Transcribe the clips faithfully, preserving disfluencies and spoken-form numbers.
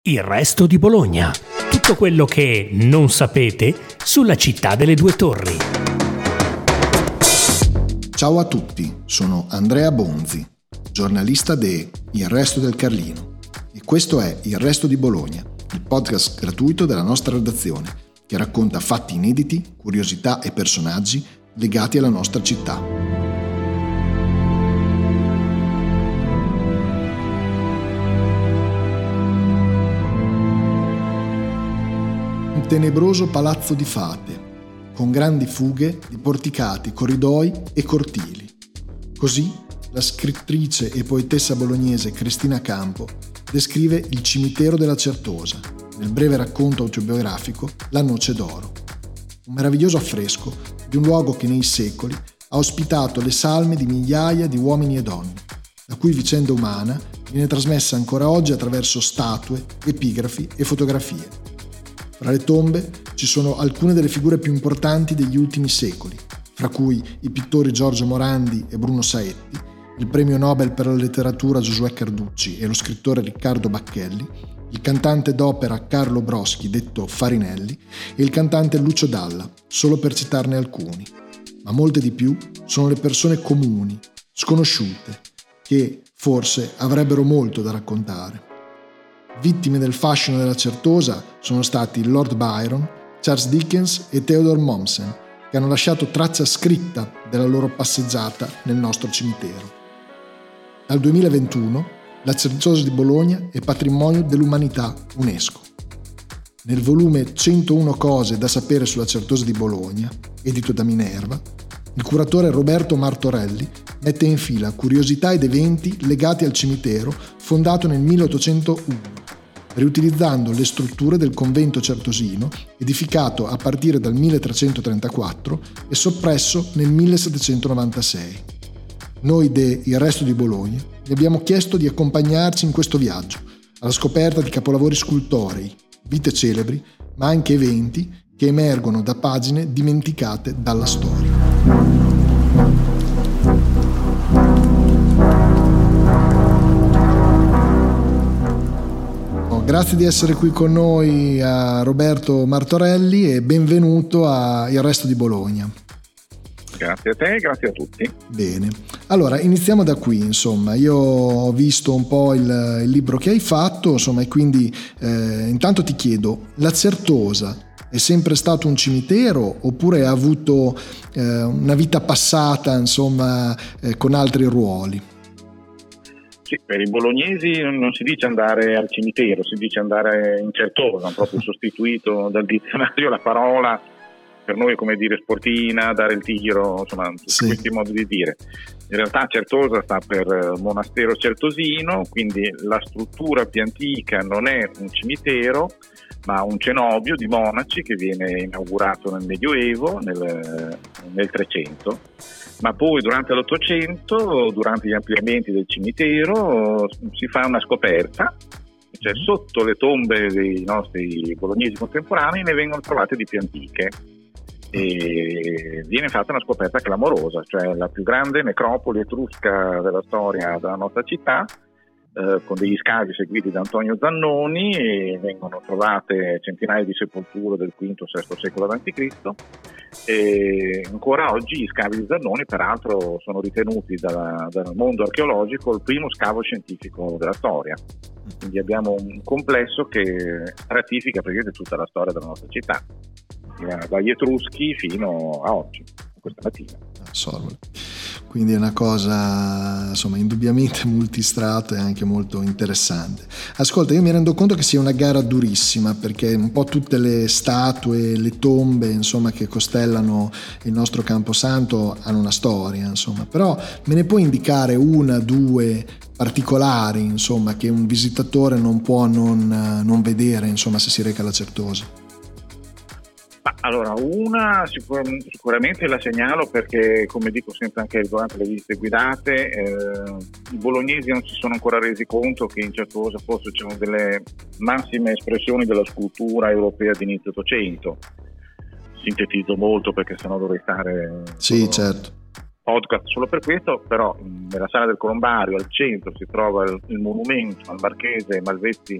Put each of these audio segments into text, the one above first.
Il resto di Bologna. Tutto quello che non sapete sulla città delle due torri. Ciao a tutti, sono Andrea Bonzi, giornalista de Il Resto del Carlino, e questo è Il Resto di Bologna, il podcast gratuito della nostra redazione che racconta fatti inediti, curiosità e personaggi legati alla nostra città. Un tenebroso palazzo di fate, con grandi fughe di porticati, corridoi e cortili. Così la scrittrice e poetessa bolognese Cristina Campo descrive il cimitero della Certosa, nel breve racconto autobiografico La Noce d'Oro. Un meraviglioso affresco di un luogo che nei secoli ha ospitato le salme di migliaia di uomini e donne, la cui vicenda umana viene trasmessa ancora oggi attraverso statue, epigrafi e fotografie. Tra le tombe ci sono alcune delle figure più importanti degli ultimi secoli, fra cui i pittori Giorgio Morandi e Bruno Saetti, il premio Nobel per la letteratura Giosuè Carducci e lo scrittore Riccardo Bacchelli, il cantante d'opera Carlo Broschi, detto Farinelli, e il cantante Lucio Dalla, solo per citarne alcuni. Ma molte di più sono le persone comuni, sconosciute, che forse avrebbero molto da raccontare. Vittime del fascino della Certosa sono stati Lord Byron, Charles Dickens e Theodore Mommsen, che hanno lasciato traccia scritta della loro passeggiata nel nostro cimitero. Dal duemilaventuno la Certosa di Bologna è patrimonio dell'umanità UNESCO. Nel volume centouno cose da sapere sulla Certosa di Bologna, edito da Minerva, il curatore Roberto Martorelli mette in fila curiosità ed eventi legati al cimitero fondato nel milleottocentouno, riutilizzando le strutture del convento certosino, edificato a partire dal milletrecentotrentaquattro e soppresso nel millesettecentonovantasei. Noi de Il Resto di Bologna gli abbiamo chiesto di accompagnarci in questo viaggio, alla scoperta di capolavori scultorei, vite celebri, ma anche eventi che emergono da pagine dimenticate dalla storia. Grazie di essere qui con noi a Roberto Martorelli e benvenuto a Il Resto di Bologna. Grazie a te e grazie a tutti. Bene, allora iniziamo da qui, insomma, io ho visto un po' il, il libro che hai fatto, insomma, e quindi eh, intanto ti chiedo, la Certosa è sempre stato un cimitero oppure ha avuto eh, una vita passata, insomma, eh, con altri ruoli? Sì, per i bolognesi non si dice andare al cimitero, si dice andare in Certosa, hanno proprio sostituito dal dizionario la parola, per noi è come dire sportina, dare il tiro, insomma, tutti sì. Questi modi di dire. In realtà Certosa sta per monastero certosino, quindi la struttura più antica non è un cimitero, ma un cenobio di monaci che viene inaugurato nel Medioevo, nel, nel trecento. Ma poi durante l'Ottocento, durante gli ampliamenti del cimitero, si fa una scoperta, cioè sotto le tombe dei nostri bolognesi contemporanei ne vengono trovate di più antiche e viene fatta una scoperta clamorosa, cioè la più grande necropoli etrusca della storia della nostra città, eh, con degli scavi seguiti da Antonio Zannoni, e vengono trovate centinaia di sepolture del quinto sesto secolo avanti Cristo. E ancora oggi gli scavi di Zannoni peraltro sono ritenuti da, dal mondo archeologico il primo scavo scientifico della storia, quindi abbiamo un complesso che stratifica praticamente tutta la storia della nostra città, dagli Etruschi fino a oggi, questa mattina. Sorvole. Quindi è una cosa, insomma, indubbiamente multistrato e anche molto interessante. Ascolta, io mi rendo conto che sia una gara durissima, perché un po' tutte le statue, le tombe, insomma, che costellano il nostro Camposanto hanno una storia, insomma. Però me ne puoi indicare una, due particolari, insomma, che un visitatore non può non, non vedere, insomma, se si reca alla Certosa? Allora, una sicur- sicuramente la segnalo perché, come dico sempre anche durante le visite guidate, eh, i bolognesi non si sono ancora resi conto che in Certosa forse c'erano delle massime espressioni della scultura europea di inizio Ottocento. Sintetizzo molto perché sennò dovrei stare sì, certo. podcast solo per questo, però nella sala del Colombario al centro si trova il, il monumento al marchese Malvezzi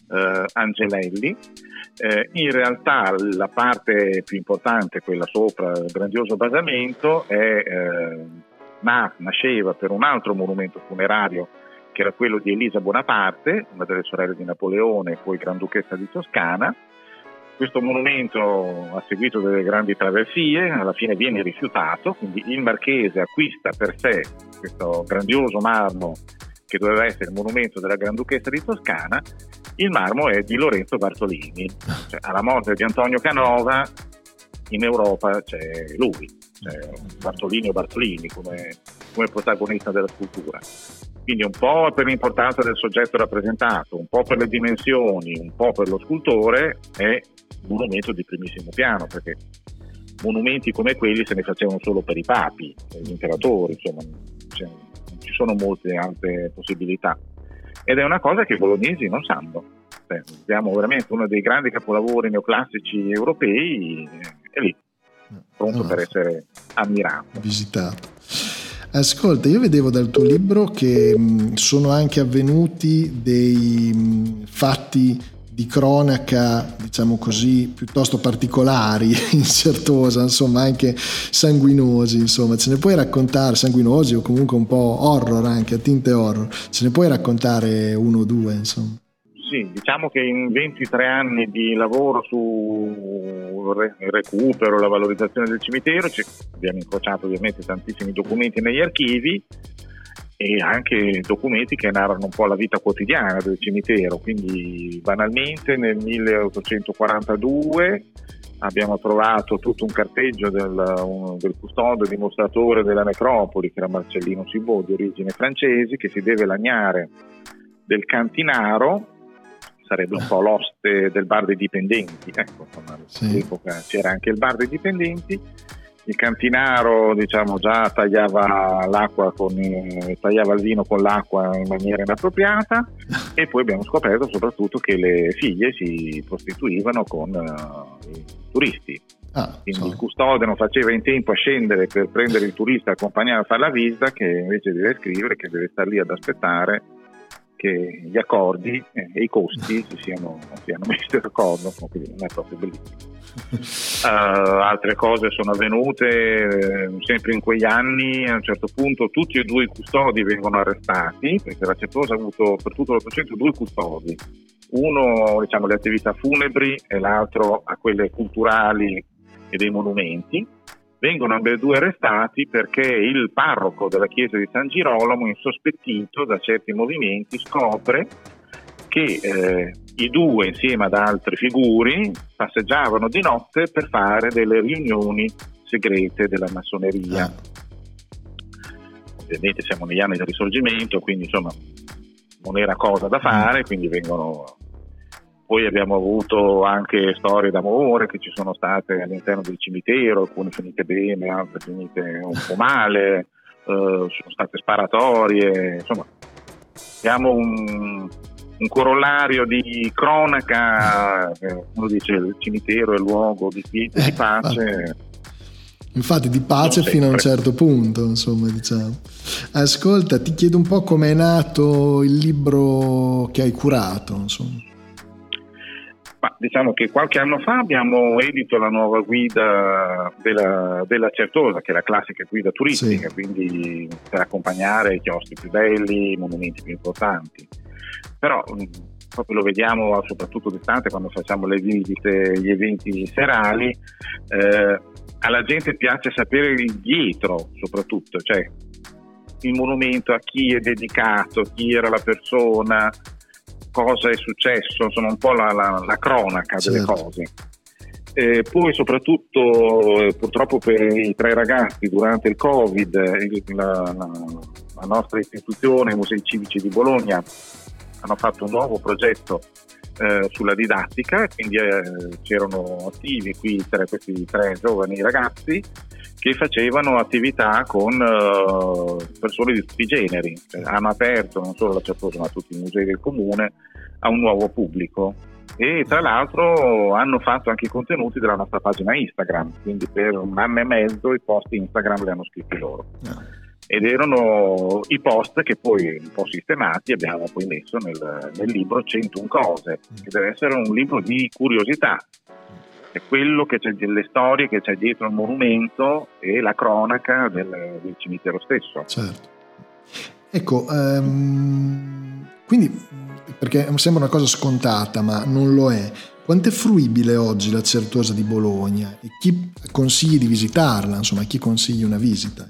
eh, Angelelli. Eh, in realtà la parte più importante, quella sopra il grandioso basamento, è, eh, na- nasceva per un altro monumento funerario che era quello di Elisa Bonaparte, una delle sorelle di Napoleone e poi Granduchessa di Toscana. Questo monumento ha seguito delle grandi traversie, alla fine viene rifiutato, quindi il marchese acquista per sé questo grandioso marmo che doveva essere il monumento della Granduchessa di Toscana. Il marmo è di Lorenzo Bartolini, cioè, alla morte di Antonio Canova in Europa c'è lui, cioè Bartolini o Bartolini come, come protagonista della scultura. Quindi un po' per l'importanza del soggetto rappresentato, un po' per le dimensioni, un po' per lo scultore, è un monumento di primissimo piano, perché monumenti come quelli se ne facevano solo per i papi, per gli imperatori, insomma, cioè, non ci sono molte altre possibilità. Ed è una cosa che i bolognesi non sanno. Cioè, abbiamo veramente uno dei grandi capolavori neoclassici europei, è lì, pronto no, per essere ammirato. Visitato. Ascolta, io vedevo dal tuo libro che mh, sono anche avvenuti dei mh, fatti di cronaca, diciamo così, piuttosto particolari in Certosa, insomma anche sanguinosi, insomma, ce ne puoi raccontare, sanguinosi o comunque un po' horror, anche a tinte horror, ce ne puoi raccontare uno o due, insomma? Sì, diciamo che in ventitré anni di lavoro su il recupero, la valorizzazione del cimitero, ci abbiamo incrociato ovviamente tantissimi documenti negli archivi e anche documenti che narrano un po' la vita quotidiana del cimitero. Quindi banalmente nel milleottocentoquarantadue abbiamo trovato tutto un carteggio del, un, del custode dimostratore della necropoli, che era Marcellino Cibot, di origine francesi, che si deve lagnare del cantinaro, sarebbe un po' l'oste del bar dei dipendenti, ecco, sì. All'epoca c'era anche il bar dei dipendenti. Il cantinaro, diciamo, già tagliava l'acqua con eh, tagliava il vino con l'acqua in maniera inappropriata e poi abbiamo scoperto soprattutto che le figlie si prostituivano con uh, i turisti. Ah, quindi so. Il custode non faceva in tempo a scendere per prendere il turista e accompagnare a fare la visita, che invece deve scrivere che deve stare lì ad aspettare che gli accordi eh, e i costi si siano, siano messi d'accordo, quindi non è proprio bellissimo. Uh, altre cose sono avvenute eh, sempre in quegli anni. A un certo punto tutti e due i custodi vengono arrestati, perché la Certosa ha avuto per tutto l'Ottocento due custodi, uno diciamo le attività funebri e l'altro a quelle culturali e dei monumenti. Vengono ambedue arrestati perché il parroco della chiesa di San Girolamo, insospettito da certi movimenti, scopre che eh, i due insieme ad altre figure passeggiavano di notte per fare delle riunioni segrete della massoneria. Ovviamente siamo negli anni del Risorgimento, quindi insomma non era cosa da fare, quindi vengono. Poi abbiamo avuto anche storie d'amore che ci sono state all'interno del cimitero, alcune finite bene, altre finite un po' male, eh, sono state sparatorie, insomma abbiamo un, un corollario di cronaca, eh, uno dice il cimitero è il luogo di quiete, di pace. Infatti di pace fino a un certo punto, insomma, diciamo. Ascolta, ti chiedo un po' com'è nato il libro che hai curato, insomma. Ma diciamo che qualche anno fa abbiamo edito la nuova guida della, della Certosa, che è la classica guida turistica, sì. Quindi per accompagnare i chiostri più belli, i monumenti più importanti. Però proprio lo vediamo soprattutto d'estate quando facciamo le visite, gli eventi serali, eh, alla gente piace sapere il dietro soprattutto, cioè il monumento, a chi è dedicato, chi era la persona, cosa è successo, sono un po' la, la, la cronaca delle certo. cose. Eh, poi soprattutto eh, purtroppo per i tre ragazzi durante il Covid il, la, la, la nostra istituzione, i Musei Civici di Bologna, hanno fatto un nuovo progetto eh, sulla didattica, quindi eh, c'erano attivi qui tre, questi tre giovani ragazzi che facevano attività con uh, persone di tutti i generi. Eh, hanno aperto non solo la Certosa ma tutti i musei del comune a un nuovo pubblico e tra l'altro hanno fatto anche i contenuti della nostra pagina Instagram, quindi per un anno e mezzo i post Instagram li hanno scritti loro. ed erano i post che poi un po' sistemati abbiamo poi messo nel, nel libro centouno cose, che deve essere un libro di curiosità, è quello che c'è, delle storie che c'è dietro il monumento e la cronaca del, del cimitero stesso. Certo. Ecco, um, quindi, perché sembra una cosa scontata ma non lo è, quanto è fruibile oggi la Certosa di Bologna e chi consigli di visitarla, insomma, chi consigli una visita?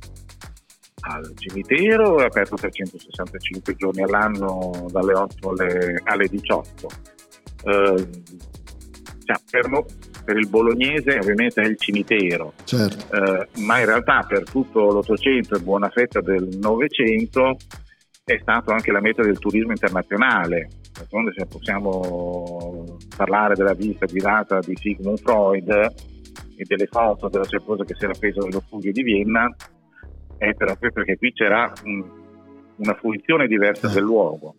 Al cimitero è aperto trecentosessantacinque giorni all'anno dalle otto alle, alle diciotto. Eh, cioè, per, no, per il bolognese ovviamente è il cimitero, certo. eh, ma in realtà per tutto l'Ottocento e buona fetta del Novecento è stato anche la meta del turismo internazionale. D'altronde, se possiamo parlare della visita guidata di Sigmund Freud e delle foto della Certosa che si era presa nello studio di Vienna, è proprio perché qui c'era un, una fruizione diversa del luogo.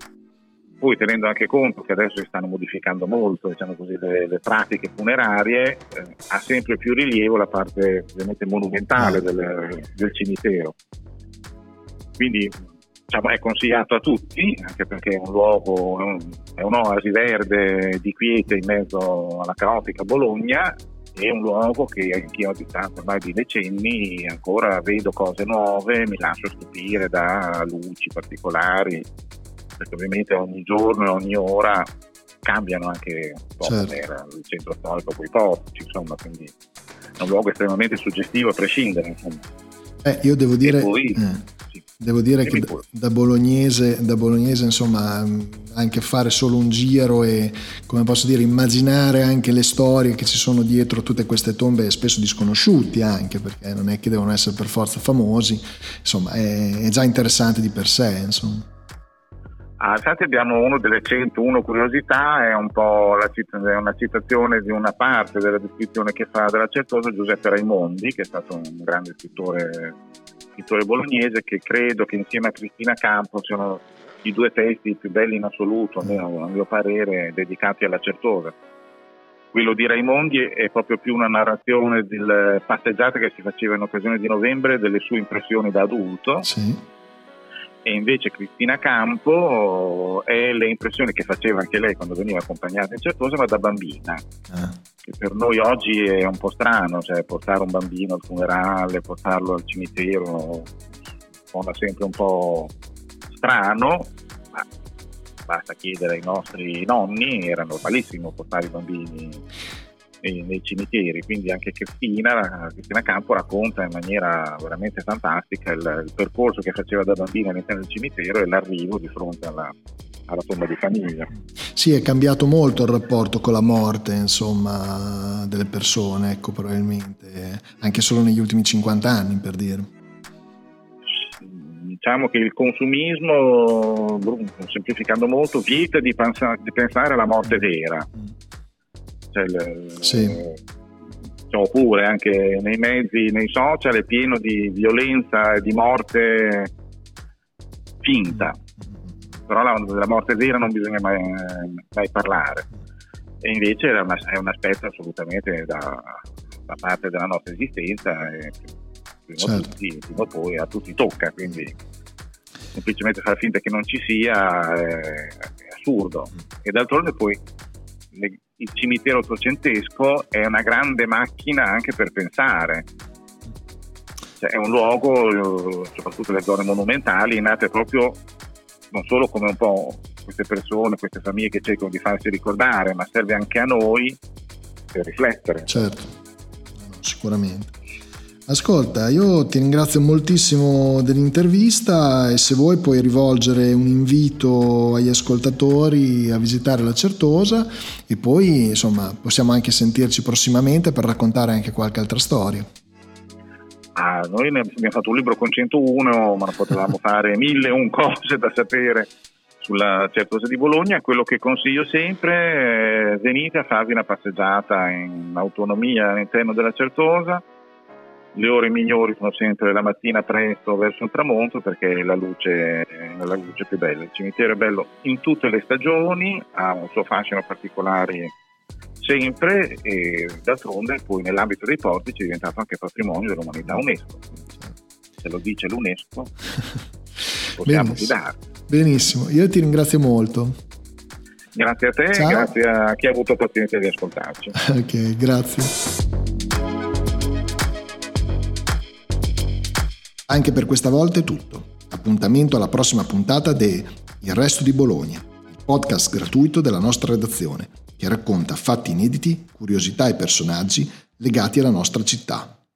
Poi, tenendo anche conto che adesso si stanno modificando molto, diciamo così, le, le pratiche funerarie, eh, ha sempre più rilievo la parte ovviamente monumentale del, del cimitero. Quindi, diciamo, è consigliato a tutti, anche perché è un luogo, è, un, è un'oasi verde di quiete in mezzo alla caotica Bologna. È un luogo che anch'io a distanza ormai di decenni ancora vedo cose nuove, mi lascio stupire da luci particolari, perché ovviamente ogni giorno e ogni ora cambiano anche un po', certo, era il centro storico con i portici, insomma, quindi è un luogo estremamente suggestivo a prescindere, insomma. Eh, io devo dire, poi, eh, sì. devo dire che da, da bolognese, da bolognese, insomma, anche fare solo un giro e, come posso dire, immaginare anche le storie che ci sono dietro tutte queste tombe spesso disconosciuti, anche perché non è che devono essere per forza famosi, insomma, è, è già interessante di per sé, insomma. Ah, infatti abbiamo una delle centouno curiosità, è un po' la cita- è una citazione di una parte della descrizione che fa della Certosa Giuseppe Raimondi, che è stato un grande scrittore, scrittore bolognese, che credo che insieme a Cristina Campo siano i due testi più belli in assoluto, almeno a mio parere, dedicati alla Certosa. Quello di Raimondi è proprio più una narrazione delle passeggiate che si faceva in occasione di novembre, delle sue impressioni da adulto. Sì. E invece Cristina Campo è le impressioni che faceva anche lei quando veniva accompagnata in Certosa, ma da bambina, ah. che per noi oggi è un po' strano, cioè portare un bambino al funerale, portarlo al cimitero suona sempre un po' strano, ma basta chiedere ai nostri nonni, era normalissimo portare i bambini nei cimiteri, quindi anche Cristina, Cristina Campo racconta in maniera veramente fantastica il, il percorso che faceva da bambina all'interno del cimitero e l'arrivo di fronte alla, alla tomba di famiglia. Sì, è cambiato molto il rapporto con la morte, insomma, delle persone, ecco, probabilmente anche solo negli ultimi cinquanta anni, per dire. Diciamo che il consumismo, semplificando molto, vieta di, pensa, di pensare alla morte vera. Cioè, il, sì. cioè, oppure anche nei mezzi, nei social è pieno di violenza e di morte finta, però la, della morte vera non bisogna mai, mai parlare, e invece è, una, è un aspetto assolutamente da, da parte della nostra esistenza, e prima, certo, tutti, prima o poi a tutti tocca, quindi semplicemente far finta che non ci sia è, è assurdo. E d'altronde poi il cimitero ottocentesco è una grande macchina anche per pensare, cioè, è un luogo, soprattutto le zone monumentali, nate proprio non solo come un po' queste persone, queste famiglie che cercano di farsi ricordare, ma serve anche a noi per riflettere. Certo, sicuramente. Ascolta, io ti ringrazio moltissimo dell'intervista e se vuoi puoi rivolgere un invito agli ascoltatori a visitare la Certosa e poi insomma possiamo anche sentirci prossimamente per raccontare anche qualche altra storia. Ah, noi ne abbiamo fatto un libro con centouno, ma non potevamo fare mille e un cose da sapere sulla Certosa di Bologna. Quello che consiglio sempre è venite a farvi una passeggiata in autonomia all'interno della Certosa. Le ore migliori sono sempre la mattina presto verso il tramonto, perché la luce è la luce più bella. Il cimitero è bello in tutte le stagioni, ha un suo fascino particolare sempre, e d'altronde poi nell'ambito dei portici è diventato anche patrimonio dell'umanità UNESCO. se lo dice l'UNESCO possiamo Benissimo. fidare. Benissimo, io ti ringrazio molto. Grazie a te, Ciao. grazie a chi ha avuto pazienza di ascoltarci. Ok, grazie. Anche per questa volta è tutto. Appuntamento alla prossima puntata de Il Resto di Bologna, il podcast gratuito della nostra redazione, che racconta fatti inediti, curiosità e personaggi legati alla nostra città.